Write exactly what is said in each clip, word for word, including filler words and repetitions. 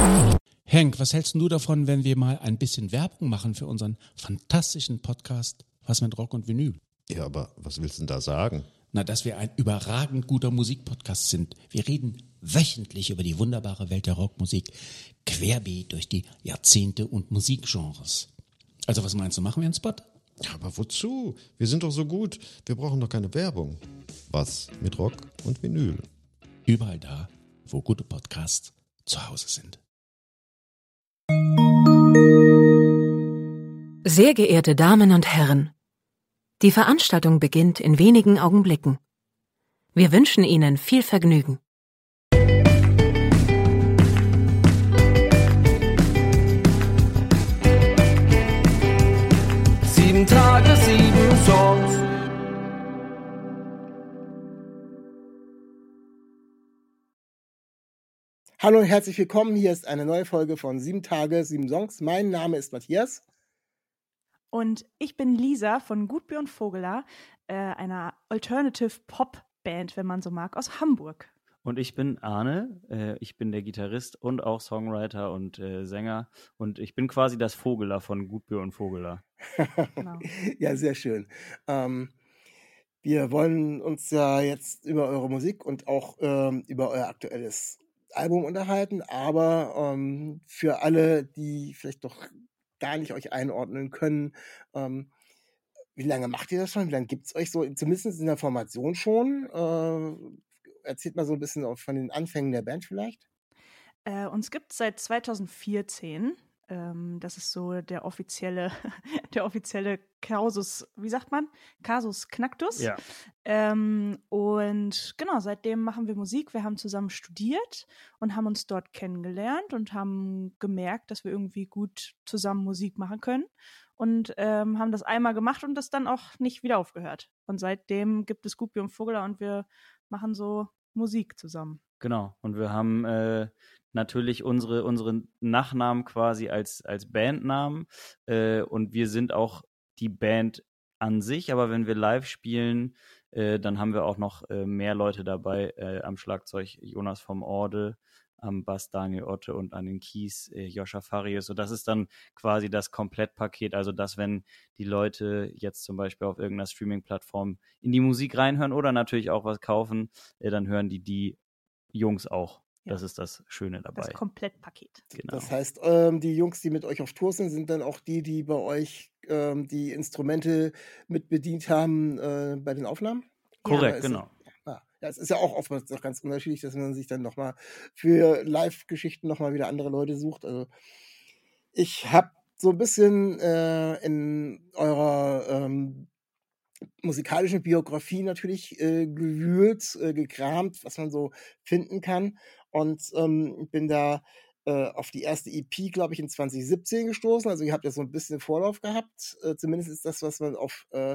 Henk, was hältst du davon, wenn wir mal ein bisschen Werbung machen für unseren fantastischen Podcast Was mit Rock und Vinyl? Ja, aber was willst du denn da sagen? Na, dass wir ein überragend guter Musikpodcast sind. Wir reden wöchentlich über die wunderbare Welt der Rockmusik, querbeet durch die Jahrzehnte und Musikgenres. Also was meinst du, machen wir einen Spot? Ja, aber wozu? Wir sind doch so gut. Wir brauchen doch keine Werbung. Was mit Rock und Vinyl? Überall da, wo gute Podcasts zu Hause sind. Sehr geehrte Damen und Herren, die Veranstaltung beginnt in wenigen Augenblicken. Wir wünschen Ihnen viel Vergnügen. Sieben Tage, sieben Songs. Hallo und herzlich willkommen. Hier ist eine neue Folge von Sieben Tage, sieben Songs. Mein Name ist Matthias. Und ich bin Lisa von Gutbier und Vogeler, äh, einer Alternative-Pop-Band, wenn man so mag, aus Hamburg. Und ich bin Arne, äh, ich bin der Gitarrist und auch Songwriter und äh, Sänger. Und ich bin quasi das Vogeler von Gutbier und Vogeler. Genau. Ja, sehr schön. Ähm, wir wollen uns ja jetzt über eure Musik und auch ähm, über euer aktuelles Album unterhalten, aber ähm, für alle, die vielleicht doch gar nicht euch einordnen können, ähm, wie lange macht ihr das schon? Wie lange gibt es euch so, zumindest in der Formation schon? Äh, erzählt mal so ein bisschen von den Anfängen der Band vielleicht. Äh, uns gibt es seit zweitausendvierzehn. Ähm, das ist so der offizielle, der offizielle Kausus, wie sagt man? Kasus Knacktus. Ja. Ähm, und genau, seitdem machen wir Musik. Wir haben zusammen studiert und haben uns dort kennengelernt und haben gemerkt, dass wir irgendwie gut zusammen Musik machen können. Und ähm, haben das einmal gemacht und das dann auch nicht wieder aufgehört. Und seitdem gibt es Gutbier und Vogeler und wir machen so Musik zusammen. Genau. Und wir haben äh, natürlich unsere, unsere Nachnamen quasi als, als Bandnamen. Äh, und wir sind auch die Band an sich. Aber wenn wir live spielen, äh, dann haben wir auch noch äh, mehr Leute dabei. Äh, am Schlagzeug Jonas vom Orde, am Bass Daniel Otte und an den Keys äh, Joscha Farius. So, das ist dann quasi das Komplettpaket. Also, dass wenn die Leute jetzt zum Beispiel auf irgendeiner Streaming-Plattform in die Musik reinhören oder natürlich auch was kaufen, äh, dann hören die die Jungs auch. Ja. Das ist das Schöne dabei. Das Komplettpaket. Genau. Das heißt, ähm, die Jungs, die mit euch auf Tour sind, sind dann auch die, die bei euch ähm, die Instrumente mit bedient haben äh, bei den Aufnahmen? Korrekt, Ja, genau. Ja, es ist ja auch oftmals noch ganz unterschiedlich, dass man sich dann nochmal für Live-Geschichten nochmal wieder andere Leute sucht. Also ich habe so ein bisschen äh, in eurer ähm, musikalischen Biografie natürlich äh, gewühlt, äh, gekramt, was man so finden kann. Und ähm, bin da äh, auf die erste E P, glaube ich, in zwanzig siebzehn gestoßen. Also ihr habt ja so ein bisschen Vorlauf gehabt. Äh, zumindest ist das, was man auf äh,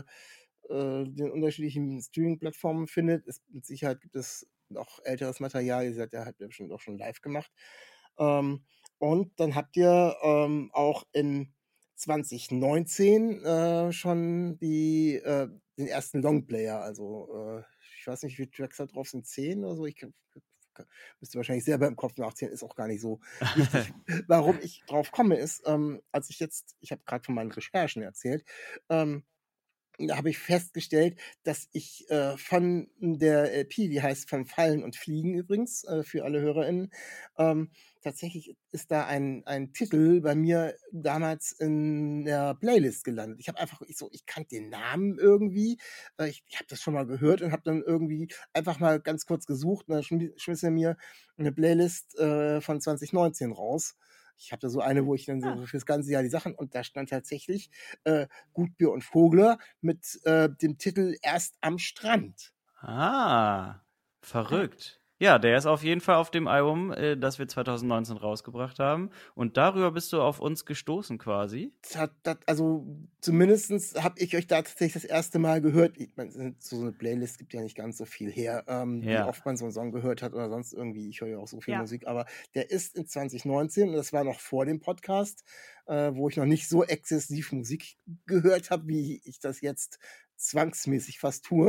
den unterschiedlichen Streaming-Plattformen findet. Ist, mit Sicherheit gibt es noch älteres Material, ihr seid ja halt bestimmt auch schon live gemacht. Ähm, und dann habt ihr ähm, auch in zwanzig neunzehn äh, schon die, äh, den ersten Longplayer, also äh, ich weiß nicht, wie viele Tracks da drauf sind, zehn oder so, ich kann, müsste wahrscheinlich selber im Kopf nachzählen, ist auch gar nicht so wichtig. Warum ich drauf komme, ist, ähm, als ich jetzt, ich habe gerade von meinen Recherchen erzählt, ähm, da habe ich festgestellt, dass ich äh, von der L P, die heißt Vom Fallen und Fliegen übrigens, äh, für alle HörerInnen, ähm, tatsächlich ist da ein, ein Titel bei mir damals in der Playlist gelandet. Ich habe einfach, ich so, ich kannte den Namen irgendwie, äh, ich, ich habe das schon mal gehört und habe dann irgendwie einfach mal ganz kurz gesucht und dann schmi- schmiss er mir eine Playlist äh, von zwanzig neunzehn raus. Ich habe da so eine, wo ich dann so Ah. fürs ganze Jahr die Sachen, und da stand tatsächlich äh, Gutbier und Vogler mit äh, dem Titel Erst am Strand. Ah, verrückt. Ja, der ist auf jeden Fall auf dem Album, äh, das wir zwanzig neunzehn rausgebracht haben. Und darüber bist du auf uns gestoßen quasi. Das hat, das, also zumindest habe ich euch da tatsächlich das erste Mal gehört. Ich meine, so eine Playlist gibt ja nicht ganz so viel her, ähm, Ja. wie oft man so einen Song gehört hat oder sonst irgendwie. Ich höre ja auch so viel Ja. Musik, aber der ist in zwanzig neunzehn, und das war noch vor dem Podcast, äh, wo ich noch nicht so exzessiv Musik gehört habe, wie ich das jetzt zwangsmäßig fast tue.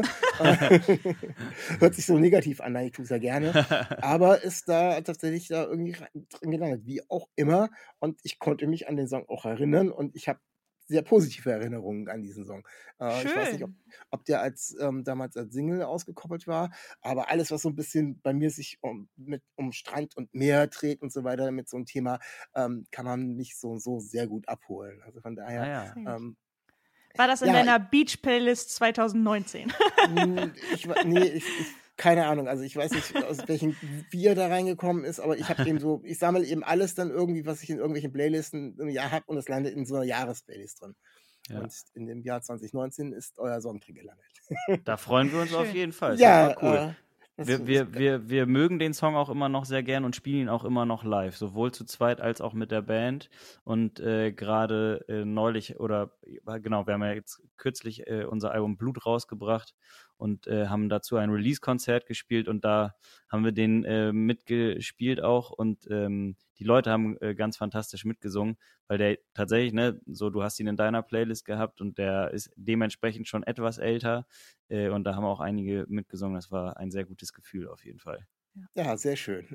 Hört sich so negativ an, nein, ich tue es ja gerne. Aber ist da tatsächlich da irgendwie drin gelandet, wie auch immer. Und ich konnte mich an den Song auch erinnern und ich habe sehr positive Erinnerungen an diesen Song. Äh, ich weiß nicht, ob, ob der als ähm, damals als Single ausgekoppelt war, aber alles, was so ein bisschen bei mir sich um, mit, um Strand und Meer dreht und so weiter, mit so einem Thema, ähm, kann man mich so, so sehr gut abholen. Also von daher. Ah, ja. ähm, War das in ja, deiner Beach-Playlist zwanzig neunzehn? Hm, Ich, wa- nee, ich, ich, keine Ahnung. Also ich weiß nicht, aus welchem Bier da reingekommen ist, aber ich habe eben so, ich sammle eben alles dann irgendwie, was ich in irgendwelchen Playlisten im Jahr habe und es landet in so einer Jahresplaylist drin. Ja. Und in dem Jahr zwanzig neunzehn ist euer Song drin gelandet. Da freuen wir uns auf Schön. jeden Fall. Ist Ja, super cool. äh, das Wir, ist- wir, wir, wir mögen den Song auch immer noch sehr gern und spielen ihn auch immer noch live, sowohl zu zweit als auch mit der Band. Und äh, gerade äh, neulich, oder äh, genau, wir haben ja jetzt kürzlich äh, unser Album Blut rausgebracht und äh, haben dazu ein Release-Konzert gespielt und da haben wir den äh, mitgespielt auch und ähm, die Leute haben äh, ganz fantastisch mitgesungen, weil der tatsächlich, ne, so du hast ihn in deiner Playlist gehabt und der ist dementsprechend schon etwas älter äh, und da haben auch einige mitgesungen. Das war ein sehr gutes Gefühl auf jeden Fall. Ja, sehr schön.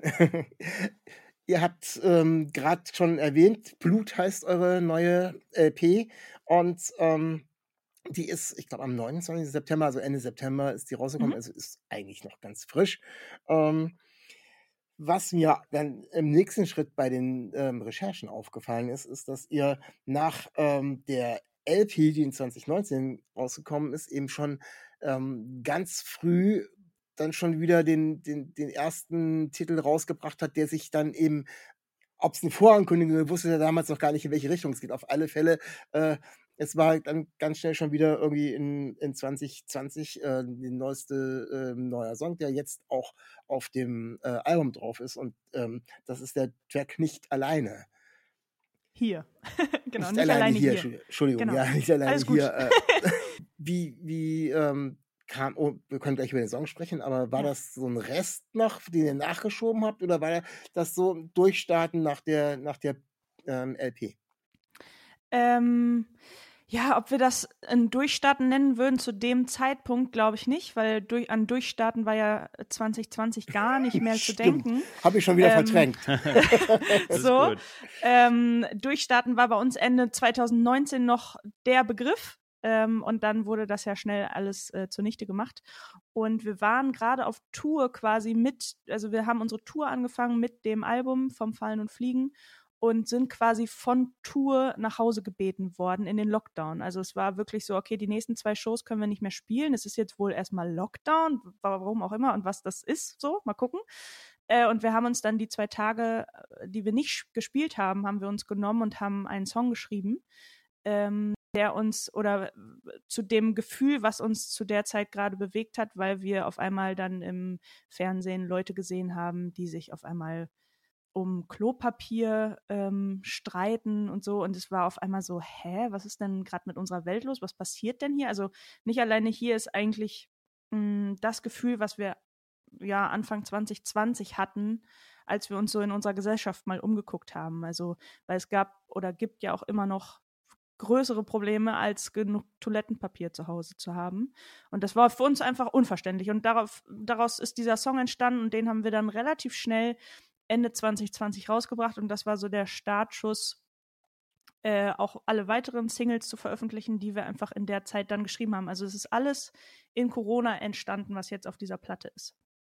Ihr habt ähm, gerade schon erwähnt, Blut heißt eure neue L P und ähm, die ist, ich glaube, am neunundzwanzigsten September, also Ende September ist die rausgekommen, Mhm. also ist eigentlich noch ganz frisch. Ähm, was mir dann im nächsten Schritt bei den ähm, Recherchen aufgefallen ist, ist, dass ihr nach ähm, der L P, die in zwanzig neunzehn rausgekommen ist, eben schon ähm, ganz früh dann schon wieder den, den, den ersten Titel rausgebracht hat, der sich dann eben, ob es eine Vorankündigung ist, wusste er damals noch gar nicht, in welche Richtung es geht. Auf alle Fälle, äh, es war dann ganz schnell schon wieder irgendwie in, in zwanzig zwanzig äh, der neueste äh, neuer Song, der jetzt auch auf dem äh, Album drauf ist. Und ähm, das ist der Track Nicht alleine. Hier. Genau, Nicht nicht alleine hier. Entschuldigung, Entschuldigung, Genau. ja, nicht alleine Alles gut. hier. Äh, wie wie ähm, kam, oh, wir können gleich über den Song sprechen, aber war Ja. das so ein Rest noch, den ihr nachgeschoben habt, oder war das so ein Durchstarten nach der, nach der ähm, L P? Ähm, ja, ob wir das ein Durchstarten nennen würden zu dem Zeitpunkt, glaube ich nicht, weil durch, an Durchstarten war ja zwanzig zwanzig gar nicht mehr zu Stimmt. denken. Habe ich schon wieder Ähm, verdrängt. Das ist So. gut. Ähm, Durchstarten war bei uns Ende zwanzig neunzehn noch der Begriff. Ähm, und dann wurde das ja schnell alles äh, zunichte gemacht. Und wir waren gerade auf Tour quasi mit, also wir haben unsere Tour angefangen mit dem Album vom Fallen und Fliegen und sind quasi von Tour nach Hause gebeten worden in den Lockdown. Also es war wirklich so, okay, die nächsten zwei Shows können wir nicht mehr spielen. Es ist jetzt wohl erstmal Lockdown, warum auch immer und was das ist, so, mal gucken. Äh, und wir haben uns dann die zwei Tage, die wir nicht gespielt haben, haben wir uns genommen und haben einen Song geschrieben, ähm, der uns oder zu dem Gefühl, was uns zu der Zeit gerade bewegt hat, weil wir auf einmal dann im Fernsehen Leute gesehen haben, die sich auf einmal um Klopapier ähm, streiten und so. Und es war auf einmal so, hä, was ist denn gerade mit unserer Welt los? Was passiert denn hier? Also nicht alleine hier ist eigentlich mh, das Gefühl, was wir ja Anfang zwanzig zwanzig hatten, als wir uns so in unserer Gesellschaft mal umgeguckt haben. Also, weil es gab oder gibt ja auch immer noch größere Probleme, als genug Toilettenpapier zu Hause zu haben. Und das war für uns einfach unverständlich. Und darauf, daraus ist dieser Song entstanden und den haben wir dann relativ schnell Ende zwanzig zwanzig rausgebracht. Und das war so der Startschuss, äh, auch alle weiteren Singles zu veröffentlichen, die wir einfach in der Zeit dann geschrieben haben. Also es ist alles in Corona entstanden, was jetzt auf dieser Platte ist.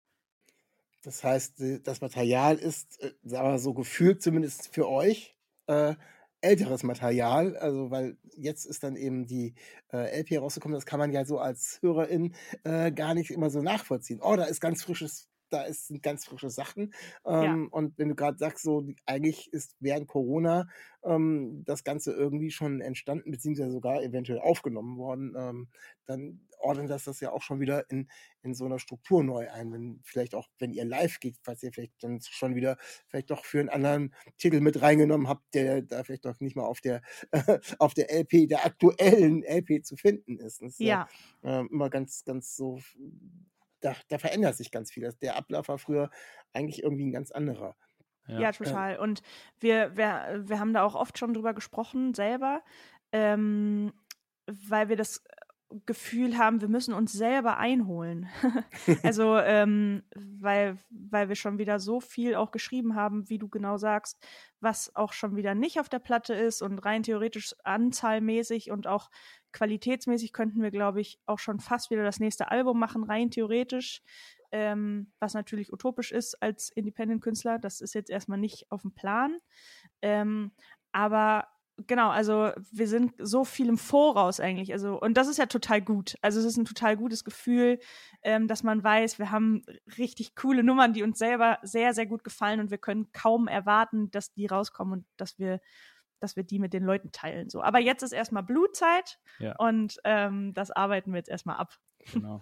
Das heißt, äh, das Material ist, äh, sagen wir so gefühlt zumindest für euch, äh, älteres Material, also weil jetzt ist dann eben die äh, L P rausgekommen, das kann man ja so als Hörerin äh, gar nicht immer so nachvollziehen. Oh, da ist ganz frisches, da ist, sind ganz frische Sachen. Ähm, und wenn du gerade sagst, so die- eigentlich ist während Corona ähm, das Ganze irgendwie schon entstanden, beziehungsweise sogar eventuell aufgenommen worden, ähm, dann ordnet das das ja auch schon wieder in, in so einer Struktur neu ein. Wenn vielleicht auch, wenn ihr live geht, falls ihr vielleicht dann schon wieder vielleicht doch für einen anderen Titel mit reingenommen habt, der da vielleicht doch nicht mal auf der auf der L P, der aktuellen L P zu finden ist. Das ist ja, Ja, äh, immer ganz, ganz so, da, da verändert sich ganz viel. Das- Der Ablauf war früher eigentlich irgendwie ein ganz anderer. Ja. ja, total. Und wir, wir, wir haben da auch oft schon drüber gesprochen, selber, ähm, weil wir das Gefühl haben, wir müssen uns selber einholen. Also, ähm, weil, weil wir schon wieder so viel auch geschrieben haben, wie du genau sagst, was auch schon wieder nicht auf der Platte ist und rein theoretisch anzahlmäßig und auch qualitätsmäßig könnten wir, glaube ich, auch schon fast wieder das nächste Album machen, rein theoretisch, ähm, was natürlich utopisch ist als Independent-Künstler. Das ist jetzt erstmal nicht auf dem Plan. Ähm, aber genau, also wir sind so viel im Voraus eigentlich. Also, und das ist ja total gut. Also es ist ein total gutes Gefühl, ähm, dass man weiß, wir haben richtig coole Nummern, die uns selber sehr, sehr gut gefallen und wir können kaum erwarten, dass die rauskommen und dass wir, dass wir die mit den Leuten teilen. So. Aber jetzt ist erstmal Blutzeit Ja. und ähm, das arbeiten wir jetzt erstmal ab. Genau.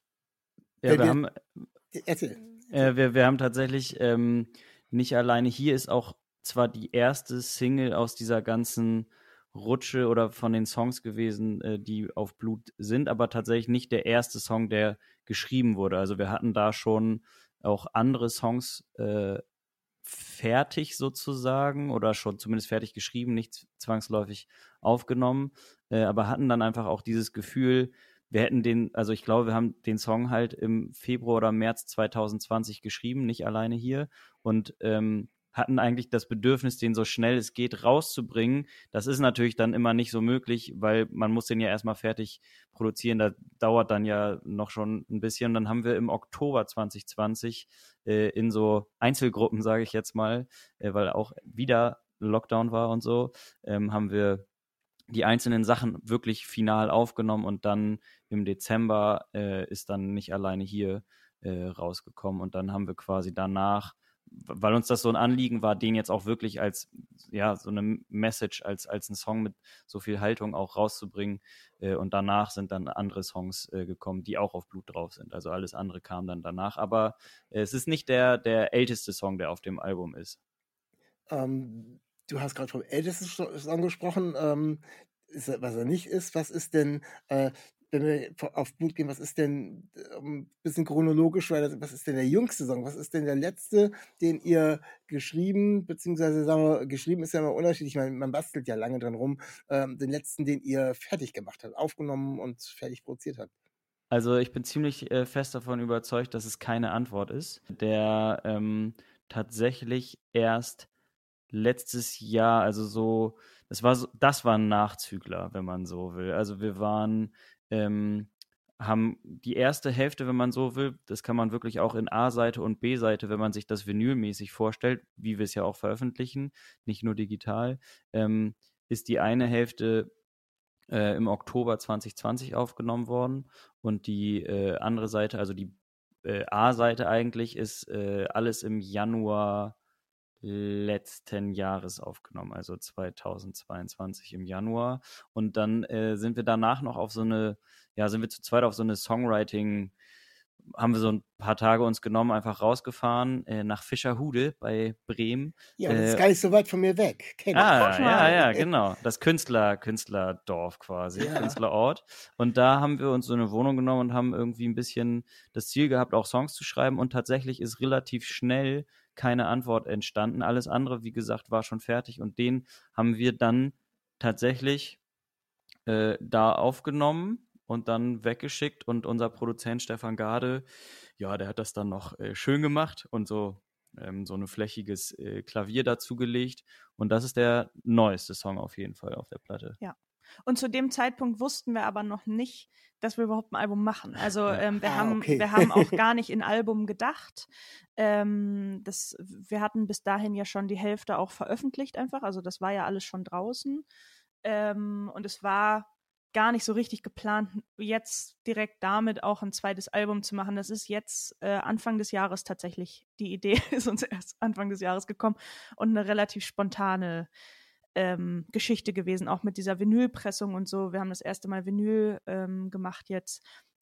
Ja, Wenn wir wir- haben, Erzähl. äh, wir, wir haben tatsächlich ähm, nicht alleine hier ist auch zwar die erste Single aus dieser ganzen Rutsche oder von den Songs gewesen, äh, die auf Blut sind, aber tatsächlich nicht der erste Song, der geschrieben wurde. Also wir hatten da schon auch andere Songs äh, fertig sozusagen oder schon zumindest fertig geschrieben, nicht zwangsläufig aufgenommen, äh, aber hatten dann einfach auch dieses Gefühl, wir hätten den, also ich glaube, wir haben den Song halt im Februar oder März zwanzig zwanzig geschrieben, nicht alleine hier und ähm, hatten eigentlich das Bedürfnis, den so schnell es geht rauszubringen. Das ist natürlich dann immer nicht so möglich, weil man muss den ja erstmal fertig produzieren. Das dauert dann ja noch schon ein bisschen. Dann haben wir im Oktober zwanzig zwanzig äh, in so Einzelgruppen, sage ich jetzt mal, äh, weil auch wieder Lockdown war und so, ähm, haben wir die einzelnen Sachen wirklich final aufgenommen und dann im Dezember äh, ist dann nicht alleine hier äh, rausgekommen und dann haben wir quasi danach, weil uns das so ein Anliegen war, den jetzt auch wirklich als, ja, so eine Message, als, als einen Song mit so viel Haltung auch rauszubringen. Äh, und danach sind dann andere Songs äh, gekommen, die auch auf Blut drauf sind. Also alles andere kam dann danach. Aber äh, es ist nicht der, der älteste Song, der auf dem Album ist. Ähm, du hast gerade vom ältesten Song gesprochen. Ähm, ist, er- was er nicht ist, was ist denn, äh, wenn wir v- auf Blut gehen, was ist denn, ähm, ein bisschen chronologisch, weil das, was ist denn der jüngste Song? Was ist denn der letzte, den ihr geschrieben, beziehungsweise sagen wir, geschrieben ist ja immer unterschiedlich, man, man bastelt ja lange dran rum, ähm, den letzten, den ihr fertig gemacht habt, aufgenommen und fertig produziert habt? Also ich bin ziemlich äh, fest davon überzeugt, dass es keine Antwort ist, der ähm, tatsächlich erst letztes Jahr, also so, das war so, das war ein Nachzügler, wenn man so will. Also wir waren, ähm, haben die erste Hälfte, wenn man so will, das kann man wirklich auch in A-Seite und B-Seite, wenn man sich das vinylmäßig vorstellt, wie wir es ja auch veröffentlichen, nicht nur digital, ähm, ist die eine Hälfte äh, im Oktober zwanzig zwanzig aufgenommen worden und die äh, andere Seite, also die äh, A-Seite eigentlich, ist äh, alles im Januar letzten Jahres aufgenommen, also zweitausendzweiundzwanzig im Januar. Und dann äh, sind wir danach noch auf so eine, ja, sind wir zu zweit auf so eine Songwriting, haben wir so ein paar Tage uns genommen, einfach rausgefahren äh, nach Fischerhude bei Bremen. Ja, aber das ist Äh, gar nicht so weit von mir weg. Kenn ich. Ah, Guck ja, mal. ja, genau. Das Künstler, Künstlerdorf quasi, Ja. Künstlerort. Und da haben wir uns so eine Wohnung genommen und haben irgendwie ein bisschen das Ziel gehabt, auch Songs zu schreiben. Und tatsächlich ist relativ schnell keine Antwort entstanden. Alles andere, wie gesagt, war schon fertig. Und den haben wir dann tatsächlich äh, da aufgenommen und dann weggeschickt. Und unser Produzent Stefan Gade, ja, der hat das dann noch äh, schön gemacht und so ähm, so ein flächiges äh, Klavier dazugelegt. Und das ist der neueste Song auf jeden Fall auf der Platte. Und zu dem Zeitpunkt wussten wir aber noch nicht, dass wir überhaupt ein Album machen. Also Ja. ähm, wir, Ah, haben, okay. wir haben auch gar nicht in Album gedacht. Ähm, das, wir hatten bis dahin ja schon die Hälfte auch veröffentlicht einfach. Also das war ja alles schon draußen. Ähm, und es war gar nicht so richtig geplant, jetzt direkt damit auch ein zweites Album zu machen. Das ist jetzt äh, Anfang des Jahres tatsächlich. Die Idee ist uns erst Anfang des Jahres gekommen und eine relativ spontane ähm, Geschichte gewesen, auch mit dieser Vinylpressung und so. Wir haben das erste Mal Vinyl ähm, gemacht jetzt.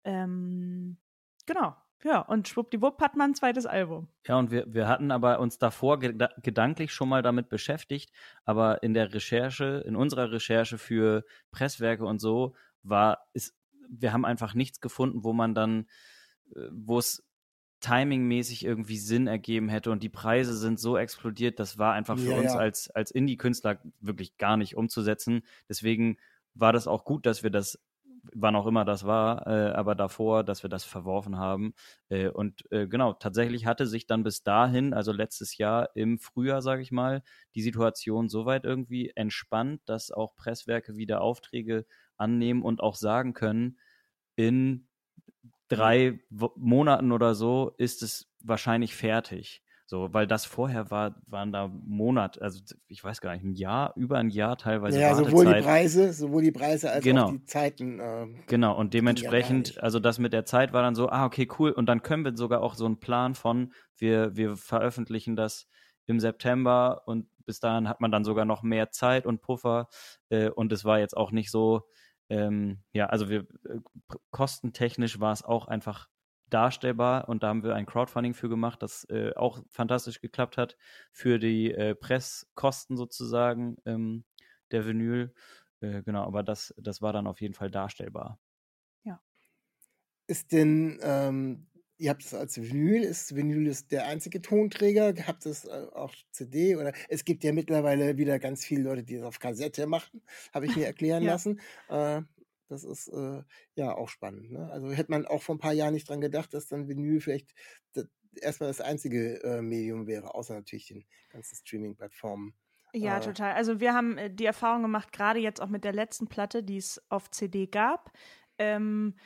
Ähm, genau, ja, und schwuppdiwupp hat man ein zweites Album. Ja, und wir, wir hatten aber uns davor geda gedanklich schon mal damit beschäftigt, aber in der Recherche, in unserer Recherche für Presswerke und so, war, ist, wir haben einfach nichts gefunden, wo man dann, äh, wo es timingmäßig irgendwie Sinn ergeben hätte und die Preise sind so explodiert, das war einfach für Ja, uns ja. als, als Indie-Künstler wirklich gar nicht umzusetzen. Deswegen war das auch gut, dass wir das wann auch immer das war, äh, aber davor, dass wir das verworfen haben. Äh, und äh, genau, tatsächlich hatte sich dann bis dahin, also letztes Jahr im Frühjahr, sage ich mal, die Situation soweit irgendwie entspannt, dass auch Presswerke wieder Aufträge annehmen und auch sagen können, in drei Wo- Monaten oder so ist es wahrscheinlich fertig. So, weil das vorher war, waren da Monate, also ich weiß gar nicht, ein Jahr, über ein Jahr teilweise Ja, sowohl die Wartezeit. Preise, sowohl die Preise als auch Genau. die Zeiten. ähm, Genau, und ging ja gar dementsprechend, nicht. also das mit der Zeit war dann so, ah, okay, cool. Und dann können wir sogar auch so einen Plan von, wir, wir veröffentlichen das im September und bis dahin hat man dann sogar noch mehr Zeit und Puffer. Äh, und es war jetzt auch nicht so, ähm, ja, also wir äh, p- kostentechnisch war es auch einfach darstellbar und da haben wir ein Crowdfunding für gemacht, das äh, auch fantastisch geklappt hat für die äh, Presskosten sozusagen ähm, der Vinyl. Äh, genau, aber das, das war dann auf jeden Fall darstellbar. Ist denn, ähm, ihr habt es als Vinyl, ist Vinyl ist der einzige Tonträger? Habt es äh, auch C D? Oder es gibt ja mittlerweile wieder ganz viele Leute, die es auf Kassette machen, habe ich mir erklären Ja. lassen. Äh, das ist äh, ja auch spannend. Ne? Also hätte man auch vor ein paar Jahren nicht dran gedacht, dass dann Vinyl vielleicht das, erstmal das einzige äh, Medium wäre, außer natürlich den ganzen Streaming-Plattformen. Ja, Äh, total. Also wir haben äh, die Erfahrung gemacht, gerade jetzt auch mit der letzten Platte, die es auf C D gab, ähm,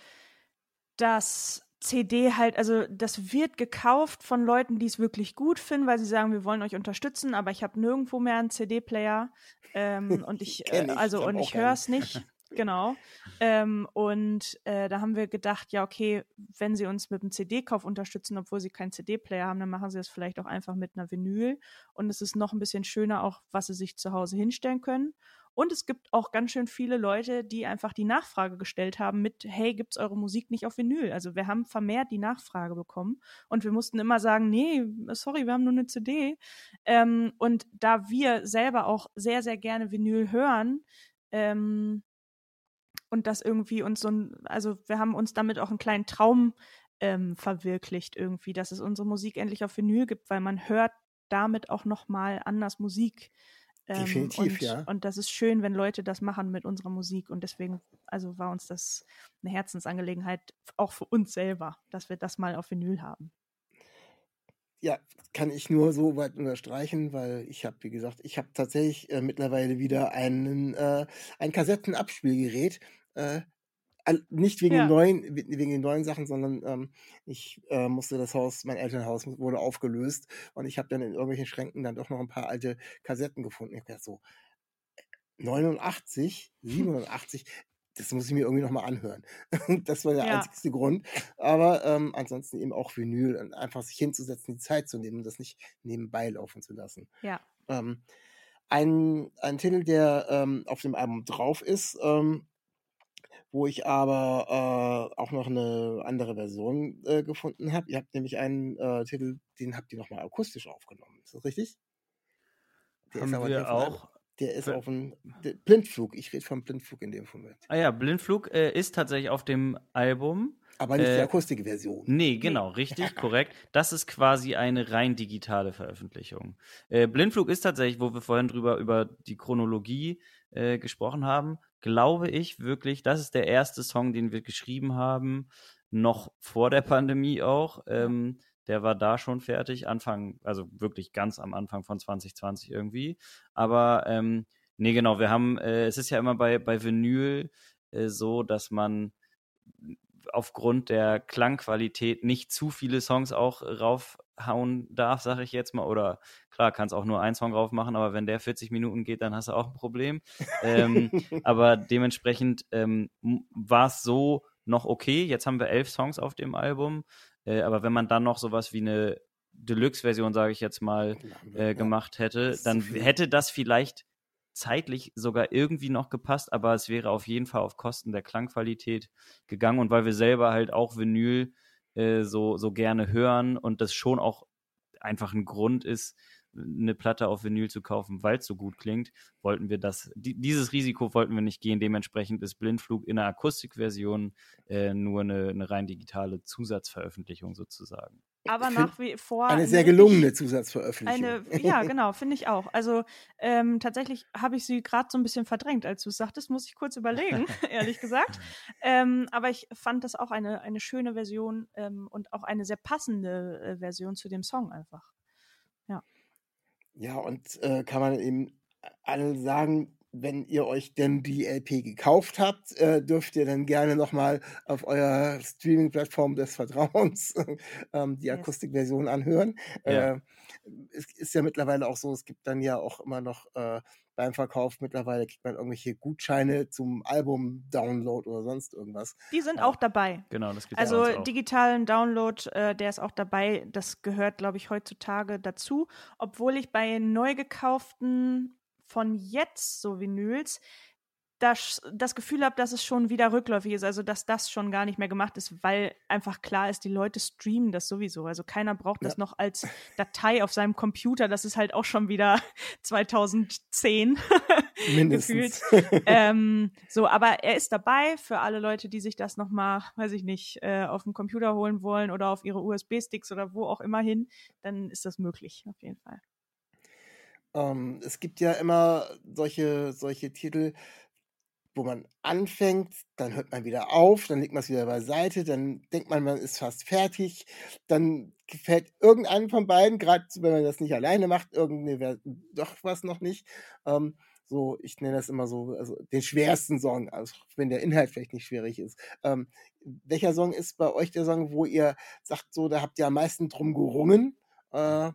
dass C D halt, also das wird gekauft von Leuten, die es wirklich gut finden, weil sie sagen, wir wollen euch unterstützen, aber ich habe nirgendwo mehr einen C D-Player ähm, und ich, äh, Kenn ich, also ich hab und auch ich höre keinen. es nicht. Genau. Ähm, und äh, da haben wir gedacht, ja, okay, wenn sie uns mit einem C D-Kauf unterstützen, obwohl sie keinen C D-Player haben, dann machen sie es vielleicht auch einfach mit einer Vinyl. Und es ist noch ein bisschen schöner, auch was sie sich zu Hause hinstellen können. Und es gibt auch ganz schön viele Leute, die einfach die Nachfrage gestellt haben mit, hey, gibt's eure Musik nicht auf Vinyl? Also wir haben vermehrt die Nachfrage bekommen und wir mussten immer sagen, nee, sorry, wir haben nur eine C D. Ähm, und da wir selber auch sehr, sehr gerne Vinyl hören, ähm, und das irgendwie uns so ein, also wir haben uns damit auch einen kleinen Traum ähm, verwirklicht irgendwie, dass es unsere Musik endlich auf Vinyl gibt, weil man hört damit auch nochmal anders Musik. Ähm, Definitiv, und, ja. und das ist schön, wenn Leute das machen mit unserer Musik und deswegen, also war uns das eine Herzensangelegenheit, auch für uns selber, dass wir das mal auf Vinyl haben. Ja, kann ich nur so weit unterstreichen, weil ich habe, wie gesagt, ich habe tatsächlich äh, mittlerweile wieder einen, äh, ein Kassettenabspielgerät. Äh, all- nicht wegen den Ja. neuen, we- wegen den neuen Sachen, sondern ähm, ich äh, musste das Haus, mein Elternhaus wurde aufgelöst und ich habe dann in irgendwelchen Schränken dann doch noch ein paar alte Kassetten gefunden. Ich dachte so, neunundachtzig, siebenundachtzig, das muss ich mir irgendwie nochmal anhören. Das war der Ja. einzigste Grund. Aber ähm, ansonsten eben auch Vinyl und einfach sich hinzusetzen, die Zeit zu nehmen und das nicht nebenbei laufen zu lassen. Ja. Ähm, ein, ein Titel, der ähm, auf dem Album drauf ist, ähm, wo ich aber äh, auch noch eine andere Version äh, gefunden habe. Ihr habt nämlich einen äh, Titel, den habt ihr nochmal akustisch aufgenommen. Ist das richtig? Der ist Haben aber wir der von einem, auch. der ist Für- auf dem der Blindflug. Ich rede vom Blindflug in dem Moment. Ah ja, Blindflug äh, ist tatsächlich auf dem Album. Aber nicht die Äh, Akustikversion. Nee, genau, richtig, korrekt. Das ist quasi eine rein digitale Veröffentlichung. Äh, Blindflug ist tatsächlich, wo wir vorhin drüber über die Chronologie äh, gesprochen haben, glaube ich wirklich, das ist der erste Song, den wir geschrieben haben, noch vor der Pandemie auch. Ähm, der war da schon fertig, Anfang, also wirklich ganz am Anfang von zwanzig zwanzig irgendwie. Aber ähm, nee, genau, wir haben, äh, es ist ja immer bei, bei Vinyl äh, so, dass man aufgrund der Klangqualität nicht zu viele Songs auch raufhauen darf, sage ich jetzt mal. Oder klar, kannst auch nur einen Song rauf machen, aber wenn der vierzig Minuten geht, dann hast du auch ein Problem. ähm, aber dementsprechend ähm, war es so noch okay. Jetzt haben wir elf Songs auf dem Album. Äh, aber wenn man dann noch sowas wie eine Deluxe-Version, sage ich jetzt mal, äh, gemacht hätte, Das ist dann zu viel. hätte das vielleicht zeitlich sogar irgendwie noch gepasst, aber es wäre auf jeden Fall auf Kosten der Klangqualität gegangen und weil wir selber halt auch Vinyl äh, so, so gerne hören und das schon auch einfach ein Grund ist, eine Platte auf Vinyl zu kaufen, weil es so gut klingt, wollten wir das, die, dieses Risiko wollten wir nicht gehen, dementsprechend ist Blindflug in der Akustikversion äh, nur eine, eine rein digitale Zusatzveröffentlichung sozusagen. aber find nach wie vor Eine eine sehr richtig- gelungene Zusatzveröffentlichung. Eine, ja, genau, finde ich auch. Also ähm, tatsächlich habe ich sie gerade so ein bisschen verdrängt, als du es sagtest, muss ich kurz überlegen, ehrlich gesagt. Ähm, aber ich fand das auch eine, eine schöne Version ähm, und auch eine sehr passende äh, Version zu dem Song einfach. Ja, und äh, kann man eben alle sagen, wenn ihr euch denn die L P gekauft habt, äh, dürft ihr dann gerne nochmal auf eurer Streaming-Plattform des Vertrauens ähm, die Yes. Akustikversion anhören. Ja. Äh, es ist ja mittlerweile auch so, es gibt dann ja auch immer noch äh, beim Verkauf, mittlerweile kriegt man irgendwelche Gutscheine zum Album-Download oder sonst irgendwas. Die sind Ja. auch dabei. Genau, das gibt Also auch. digitalen Download, äh, der ist auch dabei. Das gehört, glaube ich, heutzutage dazu. Obwohl ich bei neu gekauften von jetzt so Vinyls das, das Gefühl habe, dass es schon wieder rückläufig ist. Also dass das schon gar nicht mehr gemacht ist, weil einfach klar ist, die Leute streamen das sowieso. Also keiner braucht das Ja. noch als Datei auf seinem Computer. Das ist halt auch schon wieder zweitausendzehn Mindestens. gefühlt. ähm, so, aber er ist dabei für alle Leute, die sich das nochmal, weiß ich nicht, äh, auf dem Computer holen wollen oder auf ihre U S B-Sticks oder wo auch immer hin, dann ist das möglich, auf jeden Fall. Ähm, es gibt ja immer solche, solche Titel, wo man anfängt, dann hört man wieder auf, dann legt man es wieder beiseite, dann denkt man, man ist fast fertig, dann gefällt irgendeinem von beiden, gerade wenn man das nicht alleine macht, irgendwie wär doch was noch nicht. Ähm, so, ich nenne das immer so, also den schwersten Song, also wenn der Inhalt vielleicht nicht schwierig ist. Ähm, welcher Song ist bei euch der Song, wo ihr sagt, so, da habt ihr am meisten drum gerungen? Äh,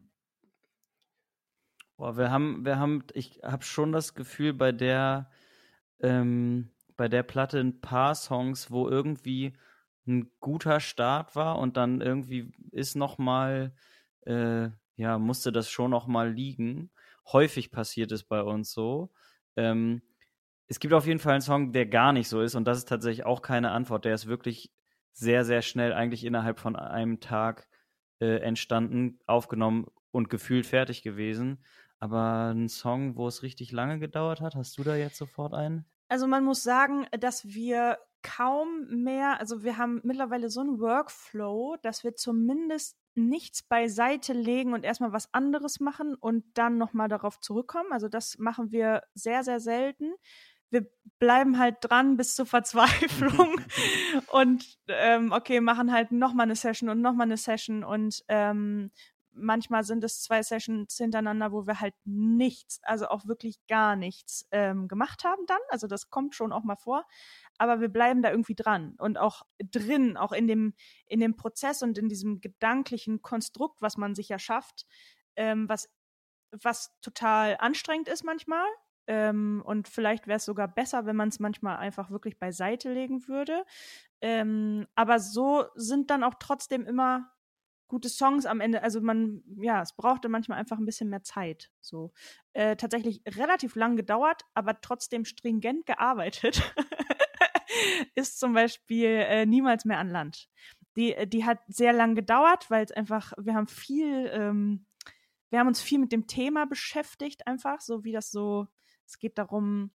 Boah, wir haben, wir haben, ich habe schon das Gefühl, bei der, ähm, bei der Platte ein paar Songs, wo irgendwie ein guter Start war und dann irgendwie ist noch mal, äh, ja, musste das schon noch mal liegen. Häufig passiert es bei uns so. Ähm, es gibt auf jeden Fall einen Song, der gar nicht so ist und das ist tatsächlich auch keine Antwort. Der ist wirklich sehr, sehr schnell, eigentlich innerhalb von einem Tag äh, entstanden, aufgenommen und gefühlt fertig gewesen. Aber ein Song, wo es richtig lange gedauert hat, hast du da jetzt sofort einen? Also man muss sagen, dass wir kaum mehr, also wir haben mittlerweile so einen Workflow, dass wir zumindest nichts beiseite legen und erstmal was anderes machen und dann nochmal darauf zurückkommen. Also das machen wir sehr, sehr selten. Wir bleiben halt dran bis zur Verzweiflung und ähm, okay, machen halt nochmal eine Session und nochmal eine Session und ähm, manchmal sind es zwei Sessions hintereinander, wo wir halt nichts, also auch wirklich gar nichts ähm, gemacht haben dann. Also das kommt schon auch mal vor. Aber wir bleiben da irgendwie dran und auch drin, auch in dem, in dem Prozess und in diesem gedanklichen Konstrukt, was man sich ja schafft, ähm, was, was total anstrengend ist manchmal. Ähm, und vielleicht wäre es sogar besser, wenn man es manchmal einfach wirklich beiseite legen würde. Ähm, aber so sind dann auch trotzdem immer gute Songs am Ende. Also man, ja, es brauchte manchmal einfach ein bisschen mehr Zeit. So äh, tatsächlich relativ lang gedauert, aber trotzdem stringent gearbeitet. Ist zum Beispiel äh, Niemals mehr an Land. Die, die hat sehr lang gedauert, weil es einfach, wir haben viel, ähm, wir haben uns viel mit dem Thema beschäftigt, einfach, so wie das so, es geht darum,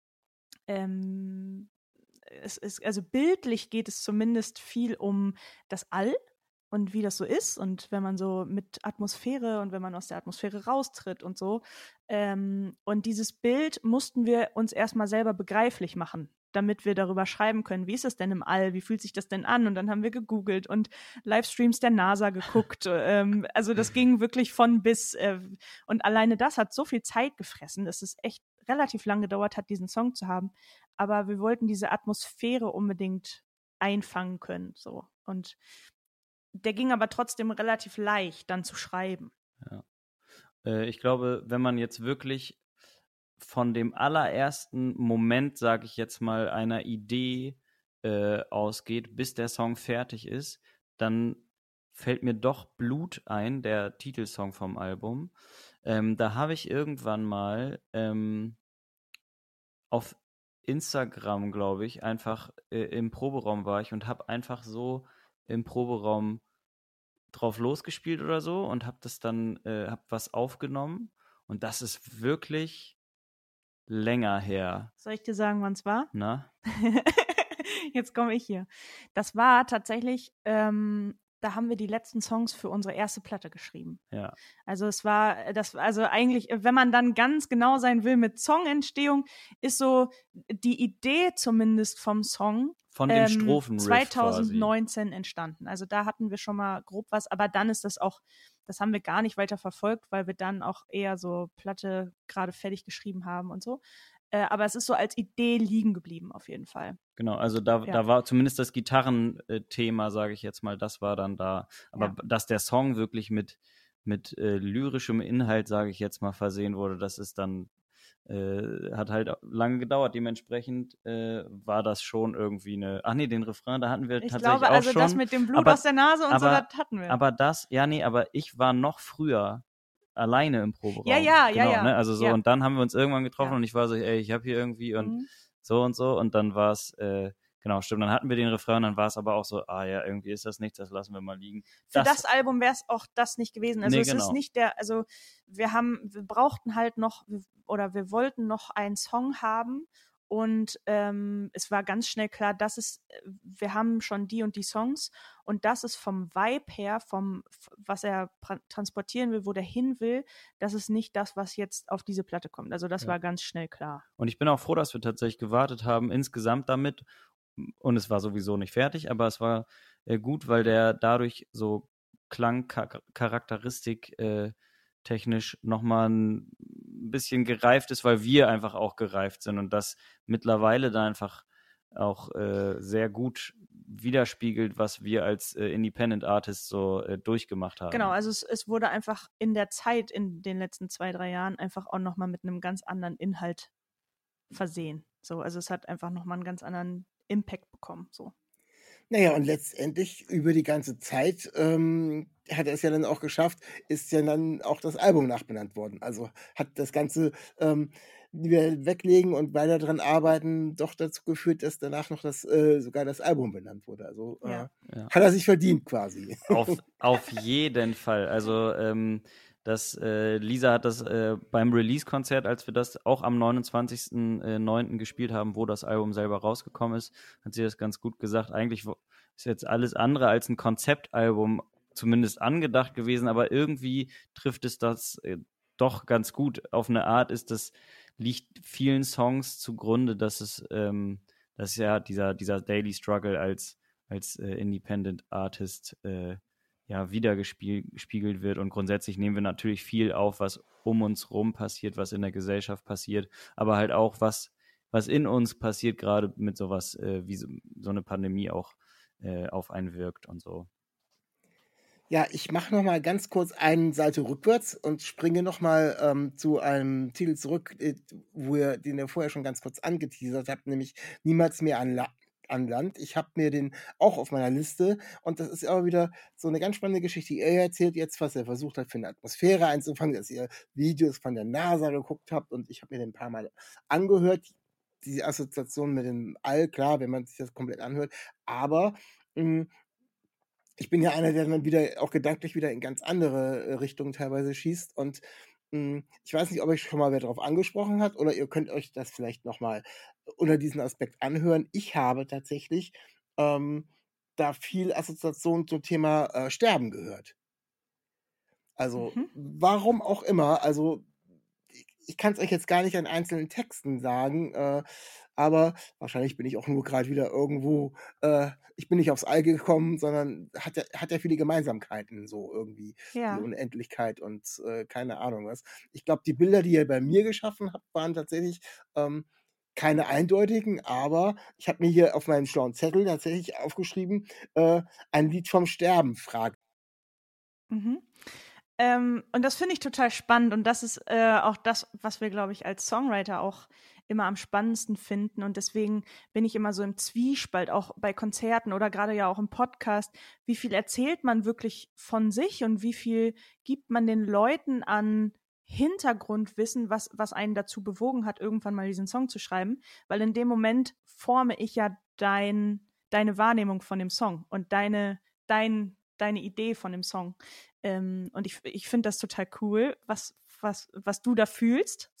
ähm, es ist, also bildlich geht es zumindest viel um das All und wie das so ist und wenn man so mit Atmosphäre und wenn man aus der Atmosphäre raustritt und so. Ähm, und dieses Bild mussten wir uns erstmal selber begreiflich machen, damit wir darüber schreiben können, wie ist es denn im All, wie fühlt sich das denn an? Und dann haben wir gegoogelt und Livestreams der NASA geguckt. ähm, also das ging wirklich von bis. Äh, und alleine das hat so viel Zeit gefressen, dass es echt relativ lang gedauert hat, diesen Song zu haben. Aber wir wollten diese Atmosphäre unbedingt einfangen können. So. Und der ging aber trotzdem relativ leicht, dann zu schreiben. Ja. Äh, ich glaube, wenn man jetzt wirklich von dem allerersten Moment, sage ich jetzt mal, einer Idee äh, ausgeht, bis der Song fertig ist, dann fällt mir doch Blut ein, der Titelsong vom Album. Ähm, da habe ich irgendwann mal ähm, auf Instagram, glaube ich, einfach äh, im Proberaum war ich und habe einfach so im Proberaum drauf losgespielt oder so und habe das dann, äh, habe was aufgenommen und das ist wirklich länger her. Soll ich dir sagen, wann es war? Na? Jetzt komme ich hier. Das war tatsächlich ähm, da haben wir die letzten Songs für unsere erste Platte geschrieben. Ja. Also es war, das, also eigentlich, wenn man dann ganz genau sein will mit Songentstehung, ist so die Idee zumindest vom Song Von dem ähm, Strophenriff zwanzig neunzehn quasi entstanden. Also da hatten wir schon mal grob was, aber dann ist das auch, das haben wir gar nicht weiter verfolgt, weil wir dann auch eher so Platte gerade fertig geschrieben haben und so. Äh, aber es ist so als Idee liegen geblieben auf jeden Fall. Genau, also da, Ja. da war zumindest das Gitarrenthema, sage ich jetzt mal, das war dann da. Aber Ja. dass der Song wirklich mit, mit äh, lyrischem Inhalt, sage ich jetzt mal, versehen wurde, das ist dann, äh, hat halt lange gedauert. Dementsprechend äh, war das schon irgendwie eine, ach nee, den Refrain, da hatten wir Ich tatsächlich glaube, auch also schon. das mit dem Blut aber, aus der Nase und so, aber- das hatten wir. aber das, ja nee, aber ich war noch früher alleine im Proberaum. Ja, ja, ja, genau, ja. Ne? Also so, Ja. und dann haben wir uns irgendwann getroffen Ja. und ich war so, ey, ich habe hier irgendwie und Mhm. so und so und dann war es, äh, genau, stimmt, dann hatten wir den Refrain, dann war es aber auch so, ah ja, irgendwie ist das nichts, das lassen wir mal liegen. Für das, Album wäre es auch das nicht gewesen. Also Nee, es genau. ist nicht der, also wir haben, wir brauchten halt noch, oder wir wollten noch einen Song haben und ähm, es war ganz schnell klar, dass es, wir haben schon die und die Songs und das ist vom Vibe her, vom, was er pra- transportieren will, wo der hin will, das ist nicht das, was jetzt auf diese Platte kommt. Also das Ja. war ganz schnell klar. Und ich bin auch froh, dass wir tatsächlich gewartet haben, insgesamt damit. Und es war sowieso nicht fertig, aber es war äh, gut, weil der dadurch so Klangcharakteristik äh, technisch nochmal ein bisschen gereift ist, weil wir einfach auch gereift sind und das mittlerweile da einfach auch äh, sehr gut widerspiegelt, was wir als äh, Independent Artists so äh, durchgemacht haben. Genau, also es, es wurde einfach in der Zeit, in den letzten zwei, drei Jahren, einfach auch nochmal mit einem ganz anderen Inhalt versehen. So, also es hat einfach nochmal einen ganz anderen Impact bekommen. So. Naja, und letztendlich über die ganze Zeit ähm, hat er es ja dann auch geschafft, ist ja dann auch das Album nachbenannt worden. Also hat das Ganze, ähm, die wir weglegen und weiter dran arbeiten, doch dazu geführt, dass danach noch das äh, sogar das Album benannt wurde. Also äh, Ja. Ja. hat er sich verdient quasi. Auf, auf jeden Fall. Also ähm, das, äh, Lisa hat das äh, beim Release-Konzert, als wir das auch am neunundzwanzigsten neunten gespielt haben, wo das Album selber rausgekommen ist, hat sie das ganz gut gesagt. Eigentlich wo- ist jetzt alles andere als ein Konzeptalbum zumindest angedacht gewesen, aber irgendwie trifft es das äh, doch ganz gut. Auf eine Art ist das, liegt vielen Songs zugrunde, dass es, ähm, dass ja dieser, dieser Daily Struggle als, als äh, Independent Artist äh, ja, wiedergespiegelt wird und grundsätzlich nehmen wir natürlich viel auf, was um uns rum passiert, was in der Gesellschaft passiert, aber halt auch, was, was in uns passiert, gerade mit sowas äh, wie so, so eine Pandemie auch äh, auf einen wirkt und so. Ja, ich mache noch mal ganz kurz eine Seite rückwärts und springe noch mal ähm, zu einem Titel zurück, äh, wo ihr, den ihr vorher schon ganz kurz angeteasert habt, nämlich Niemals mehr an, La an Land. Ich habe mir den auch auf meiner Liste und das ist aber wieder so eine ganz spannende Geschichte. Er erzählt jetzt, was er versucht hat, für eine Atmosphäre einzufangen, dass ihr Videos von der NASA geguckt habt und ich habe mir den ein paar Mal angehört. Die Assoziation mit dem All, klar, wenn man sich das komplett anhört, aber mh, ich bin ja einer, der dann wieder auch gedanklich wieder in ganz andere äh, Richtungen teilweise schießt und mh, ich weiß nicht, ob euch schon mal wer darauf angesprochen hat oder ihr könnt euch das vielleicht nochmal unter diesen Aspekt anhören. Ich habe tatsächlich ähm, da viel Assoziation zum Thema äh, Sterben gehört. Also Mhm. warum auch immer, also ich, ich kann es euch jetzt gar nicht an einzelnen Texten sagen, äh, aber wahrscheinlich bin ich auch nur gerade wieder irgendwo, äh, ich bin nicht aufs All gekommen, sondern hat ja, hat ja viele Gemeinsamkeiten, so irgendwie, Ja. die Unendlichkeit und äh, keine Ahnung was. Ich glaube, die Bilder, die ihr bei mir geschaffen habt, waren tatsächlich ähm, keine eindeutigen, aber ich habe mir hier auf meinem schlauen Zettel tatsächlich aufgeschrieben, äh, ein Lied vom Sterben, Frage. Mhm. Ähm, und das finde ich total spannend und das ist äh, auch das, was wir, glaube ich, als Songwriter auch immer am spannendsten finden und deswegen bin ich immer so im Zwiespalt, auch bei Konzerten oder gerade ja auch im Podcast, wie viel erzählt man wirklich von sich und wie viel gibt man den Leuten an Hintergrundwissen, was, was einen dazu bewogen hat, irgendwann mal diesen Song zu schreiben, weil in dem Moment forme ich ja dein, deine Wahrnehmung von dem Song und deine, dein, deine Idee von dem Song. Ähm, und ich, ich finde das total cool, was, was, was du da fühlst, so.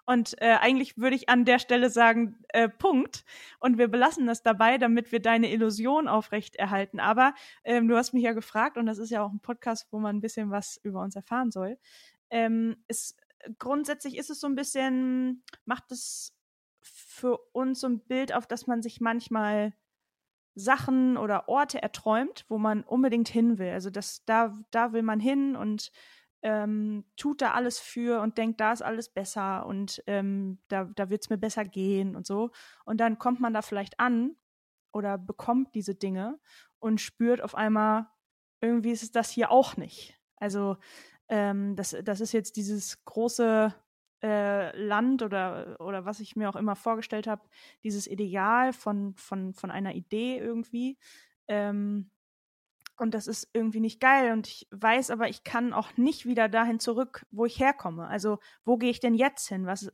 Und äh, eigentlich würde ich an der Stelle sagen, äh, Punkt. Und wir belassen das dabei, damit wir deine Illusion aufrechterhalten. Aber ähm, du hast mich ja gefragt, und das ist ja auch ein Podcast, wo man ein bisschen was über uns erfahren soll. Ähm, es, grundsätzlich ist es so ein bisschen, macht es für uns so ein Bild auf, dass man sich manchmal Sachen oder Orte erträumt, wo man unbedingt hin will. Also das, da, da will man hin und ähm, tut da alles für und denkt, da ist alles besser und ähm, da, da wird es mir besser gehen und so. Und dann kommt man da vielleicht an oder bekommt diese Dinge und spürt auf einmal, irgendwie ist es das hier auch nicht. Also ähm, das, das ist jetzt dieses große äh, Land oder, oder was ich mir auch immer vorgestellt habe, dieses Ideal von, von, von einer Idee irgendwie. Ähm, und das ist irgendwie nicht geil. Und ich weiß aber, ich kann auch nicht wieder dahin zurück, wo ich herkomme. Also wo gehe ich denn jetzt hin? Was,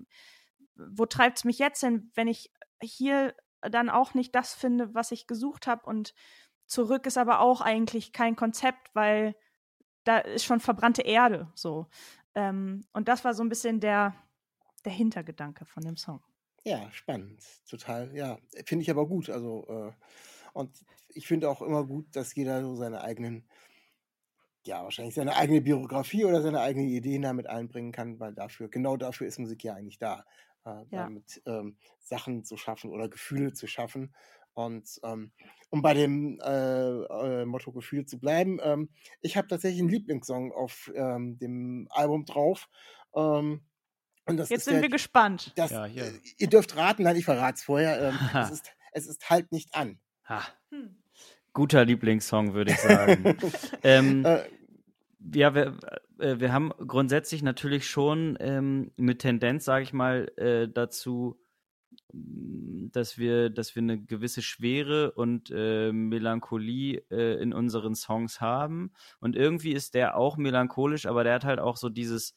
wo treibt es mich jetzt hin, wenn ich hier dann auch nicht das finde, was ich gesucht habe? Und zurück ist aber auch eigentlich kein Konzept, weil da ist schon verbrannte Erde so. Ähm, und das war so ein bisschen der, der Hintergedanke von dem Song. Ja, spannend, total. Ja, finde ich aber gut. Also, äh, und ich finde auch immer gut, dass jeder so seine eigenen, ja, wahrscheinlich seine eigene Biografie oder seine eigenen Ideen damit einbringen kann, weil dafür, genau dafür ist Musik ja eigentlich da, äh, Ja. damit ähm, Sachen zu schaffen oder Gefühle zu schaffen. Und ähm, um bei dem äh, äh, Motto Gefühl zu bleiben, ähm, ich habe tatsächlich einen Lieblingssong auf ähm, dem Album drauf. Ähm, und das Jetzt ist sind der, wir gespannt. das, Ja, hier. äh, ihr dürft raten, nein, ich verrate es vorher. Ähm, Haha. es, ist, es ist Halt nicht an. Ha, Hm. guter Lieblingssong, würde ich sagen. ähm, Äh, ja, wir, äh, wir haben grundsätzlich natürlich schon ähm, mit Tendenz, sage ich mal, äh, dazu, mh, dass wir, dass wir eine gewisse Schwere und äh, Melancholie äh, in unseren Songs haben. Und irgendwie ist der auch melancholisch, aber der hat halt auch so dieses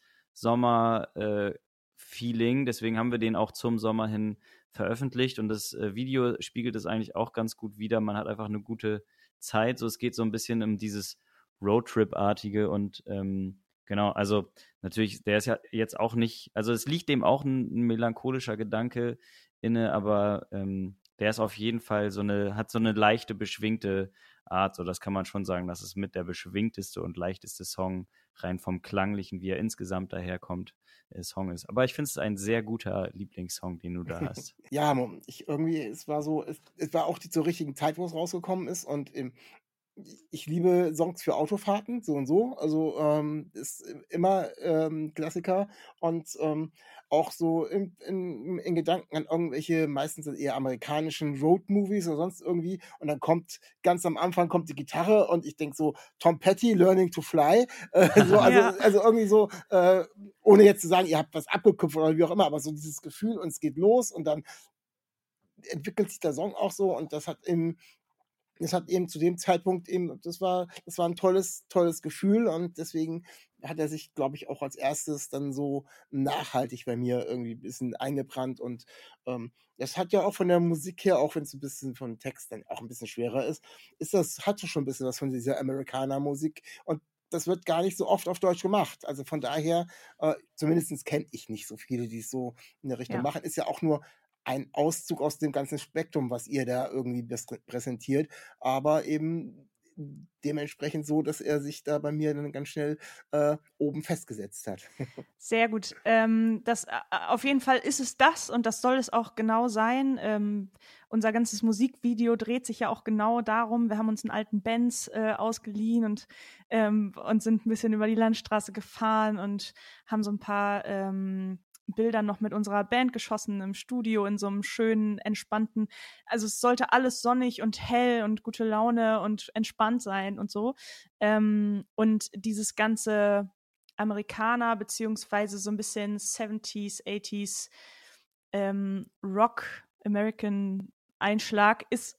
Sommer-Feeling. Deswegen haben wir den auch zum Sommer hin veröffentlicht. Und das äh, Video spiegelt es eigentlich auch ganz gut wider. Man hat einfach eine gute Zeit. So, es geht so ein bisschen um dieses Roadtrip-artige und ähm, genau, also natürlich, der ist ja jetzt auch nicht, also es liegt dem auch ein, ein melancholischer Gedanke inne, aber ähm, der ist auf jeden Fall so eine, hat so eine leichte, beschwingte Art, so das kann man schon sagen, dass es mit der beschwingteste und leichteste Song rein vom Klanglichen, wie er insgesamt daherkommt, äh, Song ist. Aber ich finde es ein sehr guter Lieblingssong, den du da hast. ja, Mo- ich irgendwie, es war so, es, es war auch die zur richtigen Zeit, wo es rausgekommen ist und ähm, ich liebe Songs für Autofahrten, so und so. Also ähm, ist immer ähm, Klassiker und ähm, auch so in, in, in Gedanken an irgendwelche, meistens eher amerikanischen Road-Movies oder sonst irgendwie. Und dann kommt ganz am Anfang kommt die Gitarre und ich denke so, Tom Petty, Learning to Fly. Äh, so, also, Ja. also irgendwie so, äh, ohne jetzt zu sagen, ihr habt was abgekupft oder wie auch immer, aber so dieses Gefühl und es geht los und dann entwickelt sich der Song auch so und das hat im das hat eben zu dem Zeitpunkt eben, das war, das war ein tolles, tolles Gefühl und deswegen hat er sich, glaube ich, auch als erstes dann so nachhaltig bei mir irgendwie ein bisschen eingebrannt und ähm, das hat ja auch von der Musik her, auch wenn es ein bisschen von Text dann auch ein bisschen schwerer ist, ist das, hatte schon ein bisschen was von dieser Amerikaner-Musik und das wird gar nicht so oft auf Deutsch gemacht. Also von daher, äh, zumindest kenne ich nicht so viele, die es so in der Richtung Ja. machen. Ist ja auch nur ein Auszug aus dem ganzen Spektrum, was ihr da irgendwie bes- präsentiert, aber eben dementsprechend so, dass er sich da bei mir dann ganz schnell äh, oben festgesetzt hat. Sehr gut. Ähm, das, äh, auf jeden Fall ist es das und das soll es auch genau sein. Ähm, unser ganzes Musikvideo dreht sich ja auch genau darum. Wir haben uns einen alten Benz äh, ausgeliehen und, ähm, und sind ein bisschen über die Landstraße gefahren und haben so ein paar ähm, Bilder noch mit unserer Band geschossen im Studio in so einem schönen, entspannten, also es sollte alles sonnig und hell und gute Laune und entspannt sein und so. Ähm, und dieses ganze Amerikaner, beziehungsweise so ein bisschen siebziger, achtziger ähm, Rock, American Einschlag ist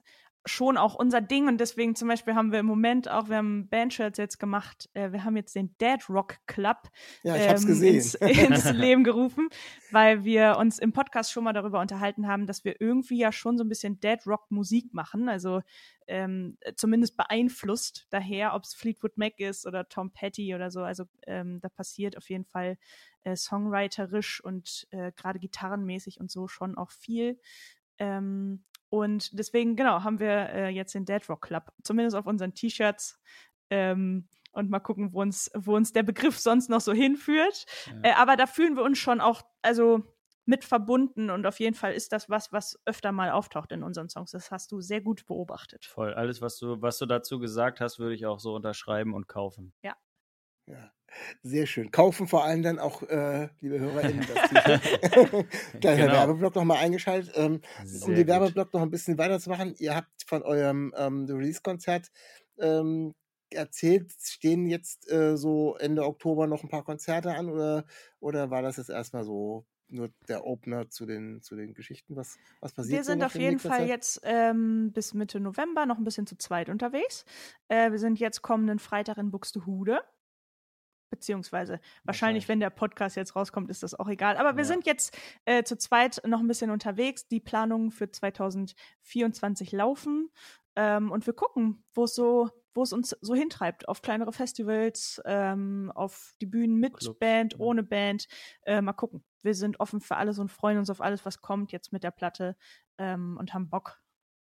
schon auch unser Ding und deswegen zum Beispiel haben wir im Moment auch, wir haben Bandshirts jetzt gemacht, äh, wir haben jetzt den Dead Rock Club Ja, ich hab's ähm, gesehen. ins, ins Leben gerufen, weil wir uns im Podcast schon mal darüber unterhalten haben, dass wir irgendwie ja schon so ein bisschen Dead Rock Musik machen, also ähm, zumindest beeinflusst daher, ob es Fleetwood Mac ist oder Tom Petty oder so, also ähm, da passiert auf jeden Fall äh, songwriterisch und äh, gerade gitarrenmäßig und so schon auch viel. Ähm, Und deswegen, genau, haben wir äh, jetzt den Dead Rock Club, zumindest auf unseren T-Shirts. Ähm, und mal gucken, wo uns, wo uns der Begriff sonst noch so hinführt. Ja. Äh, aber da fühlen wir uns schon auch, also mit verbunden und auf jeden Fall ist das was, was öfter mal auftaucht in unseren Songs. Das hast du sehr gut beobachtet. Voll. Alles, was du, was du dazu gesagt hast, würde ich auch so unterschreiben und kaufen. Ja. Ja, sehr schön. Kaufen vor allem dann auch, äh, liebe HörerInnen, das T-Shirt. Kleiner Genau. Werbeblock nochmal eingeschaltet. Ähm, um Sehr den gut. Werbeblock noch ein bisschen weiterzumachen, ihr habt von eurem ähm, Release-Konzert ähm, erzählt, stehen jetzt äh, so Ende Oktober noch ein paar Konzerte an oder, oder war das jetzt erstmal so nur der Opener zu den, zu den Geschichten? Was, was passiert Wir so sind noch auf in jeden nächster Fall Zeit? jetzt ähm, bis Mitte November noch ein bisschen zu zweit unterwegs. Äh, wir sind jetzt kommenden Freitag in Buxtehude. Beziehungsweise wahrscheinlich, wenn der Podcast jetzt rauskommt, ist das auch egal. Aber wir Ja. sind jetzt äh, zu zweit noch ein bisschen unterwegs. Die Planungen für zwanzig vierundzwanzig laufen. Ähm, und wir gucken, wo es so, wo es uns so hintreibt. Auf kleinere Festivals, ähm, auf die Bühnen mit Clubs, Band, ja. ohne Band. Äh, mal gucken. Wir sind offen für alles und freuen uns auf alles, was kommt jetzt mit der Platte ähm, und haben Bock.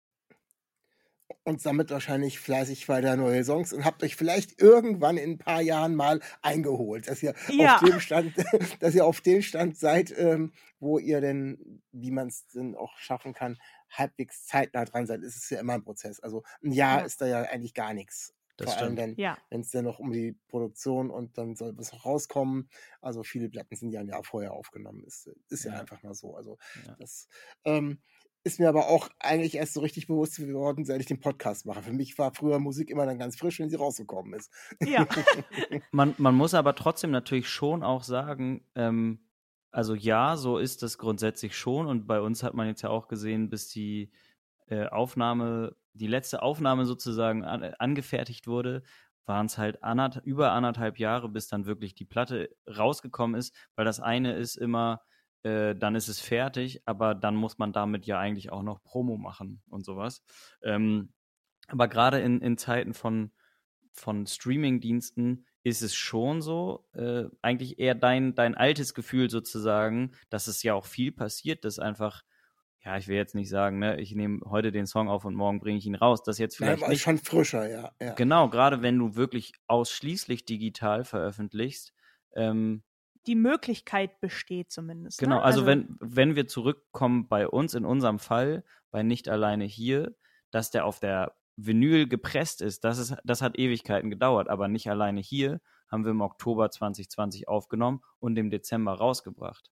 Und sammelt wahrscheinlich fleißig weiter neue Songs und habt euch vielleicht irgendwann in ein paar Jahren mal eingeholt, dass ihr Ja. auf dem Stand, dass ihr auf dem Stand seid, ähm, wo ihr denn, wie man es denn auch schaffen kann, halbwegs zeitnah dran seid. Es ist ja immer ein Prozess. Also ein Jahr Ja. ist da ja eigentlich gar nichts. Das Vor allem stimmt. dann, Ja. wenn es dann noch um die Produktion und dann soll was noch rauskommen. Also viele Platten sind ja ein Jahr vorher aufgenommen. Ist, ist ja. Ja. einfach mal so. Also Ja. das ähm, ist mir aber auch eigentlich erst so richtig bewusst geworden, seit ich den Podcast mache. Für mich war früher Musik immer dann ganz frisch, wenn sie rausgekommen ist. Ja. Man, man muss aber trotzdem natürlich schon auch sagen, ähm, also ja, so ist das grundsätzlich schon. Und bei uns hat man jetzt ja auch gesehen, bis die äh, Aufnahme, die letzte Aufnahme sozusagen an, angefertigt wurde, waren es halt anderth- über anderthalb Jahre, bis dann wirklich die Platte rausgekommen ist. Weil das eine ist immer, äh, dann ist es fertig, aber dann muss man damit ja eigentlich auch noch Promo machen und sowas. Ähm, aber gerade in, in Zeiten von, von Streaming-Diensten ist es schon so, äh, eigentlich eher dein, dein altes Gefühl sozusagen, dass es ja auch viel passiert, dass einfach, ja, ich will jetzt nicht sagen, ne, ich nehme heute den Song auf und morgen bringe ich ihn raus, das jetzt Nein, vielleicht aber nicht. schon frischer, ja. ja. Genau, gerade wenn du wirklich ausschließlich digital veröffentlichst, ähm, Die Möglichkeit besteht zumindest. Genau, ne? also, wenn, wenn wir zurückkommen bei uns, in unserem Fall, bei Nicht alleine hier, dass der auf der Vinyl gepresst ist, das ist, das hat Ewigkeiten gedauert, aber Nicht alleine hier haben wir im Oktober zwanzig zwanzig aufgenommen und im Dezember rausgebracht.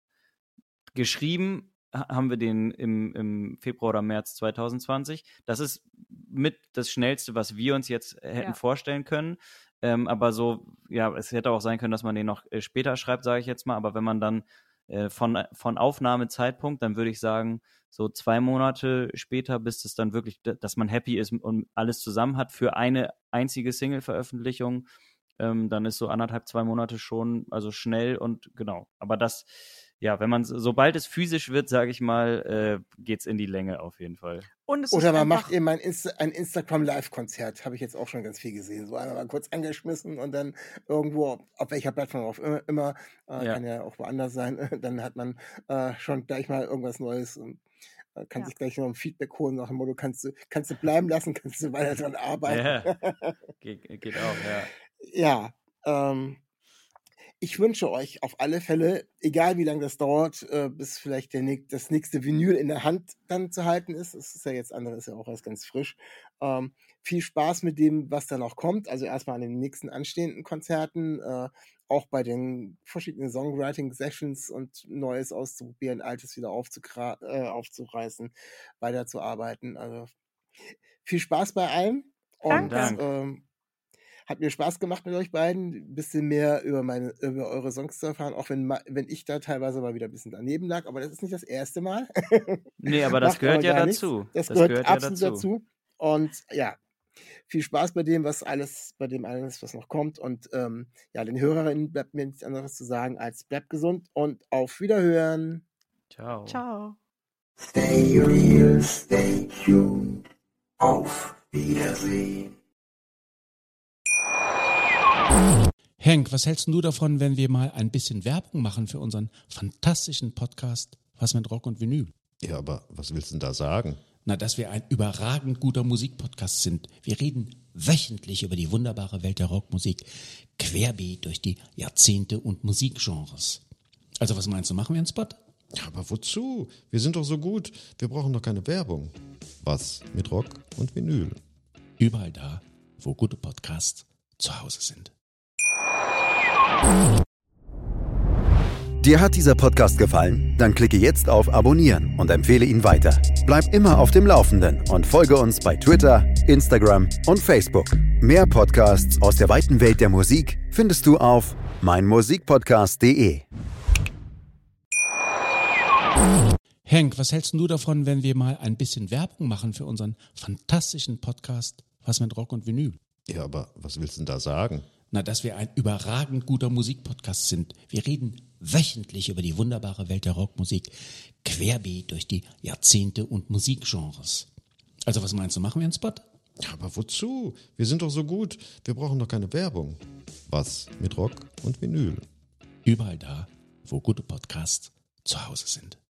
Geschrieben ha- haben wir den im, im Februar oder März zwanzig zwanzig. Das ist mit das Schnellste, was wir uns jetzt hätten Ja. vorstellen können. Ähm, aber so, ja, es hätte auch sein können, dass man den noch äh, später schreibt, sage ich jetzt mal. Aber wenn man dann äh, von, von Aufnahmezeitpunkt, dann würde ich sagen, so zwei Monate später, bis es dann wirklich, d- dass man happy ist und alles zusammen hat für eine einzige Single-Veröffentlichung, ähm, dann ist so anderthalb, zwei Monate schon, also schnell und genau. Aber das, ja, wenn man, sobald es physisch wird, sage ich mal, äh, geht's in die Länge auf jeden Fall. Und es Oder ist man einfach, macht eben ein, Insta ein Instagram-Live-Konzert, habe ich jetzt auch schon ganz viel gesehen. So einmal mal kurz angeschmissen und dann irgendwo, auf welcher Plattform auch immer, immer äh, Ja. kann ja auch woanders sein, dann hat man äh, schon gleich mal irgendwas Neues und äh, kann Ja. sich gleich noch ein Feedback holen nach dem Motto, kannst du, kannst du bleiben lassen, kannst du weiter dran arbeiten. Ja, geht, geht auch, ja. Ja, ähm, ich wünsche euch auf alle Fälle, egal wie lange das dauert, äh, bis vielleicht der, näch- das nächste Vinyl in der Hand dann zu halten ist. Es ist ja jetzt andere, ist ja auch erst ganz frisch. Ähm, viel Spaß mit dem, was da noch kommt. Also erstmal an den nächsten anstehenden Konzerten, äh, auch bei den verschiedenen Songwriting-Sessions und Neues auszuprobieren, Altes wieder aufzukra- äh, aufzureißen, weiterzuarbeiten. Also viel Spaß bei allem. Und Danke. ähm, hat mir Spaß gemacht mit euch beiden, ein bisschen mehr über meine, über eure Songs zu erfahren, auch wenn, ma- wenn ich da teilweise mal wieder ein bisschen daneben lag, aber das ist nicht das erste Mal. Nee, aber das Macht gehört aber ja gar nichts. dazu. Das, Das gehört, gehört ja absolut dazu. dazu. Und ja, viel Spaß bei dem, was alles, bei dem alles, was noch kommt. Und ähm, ja, den Hörerinnen bleibt mir nichts anderes zu sagen als bleibt gesund und auf Wiederhören. Ciao. Ciao. Stay real, stay tuned. Auf Wiedersehen. Henk, was hältst du davon, wenn wir mal ein bisschen Werbung machen für unseren fantastischen Podcast Was mit Rock und Vinyl? Ja, aber was willst du denn da sagen? Na, dass wir ein überragend guter Musikpodcast sind. Wir reden wöchentlich über die wunderbare Welt der Rockmusik, querbeet durch die Jahrzehnte und Musikgenres. Also was meinst du, machen wir einen Spot? Ja, aber wozu? Wir sind doch so gut. Wir brauchen doch keine Werbung. Was mit Rock und Vinyl? Überall da, wo gute Podcasts zu Hause sind. Dir hat dieser Podcast gefallen? Dann klicke jetzt auf Abonnieren und empfehle ihn weiter. Bleib immer auf dem Laufenden und folge uns bei Twitter, Instagram und Facebook. Mehr Podcasts aus der weiten Welt der Musik findest du auf meinmusikpodcast punkt de. Henk, was hältst du davon, wenn wir mal ein bisschen Werbung machen für unseren fantastischen Podcast Was mit Rock und Vinyl? Ja, aber was willst du denn da sagen? Na, dass wir ein überragend guter Musikpodcast sind. Wir reden wöchentlich über die wunderbare Welt der Rockmusik, querbeet durch die Jahrzehnte und Musikgenres. Also was meinst du, machen wir einen Spot? Ja, aber wozu? Wir sind doch so gut. Wir brauchen doch keine Werbung. Was mit Rock und Vinyl? Überall da, wo gute Podcasts zu Hause sind.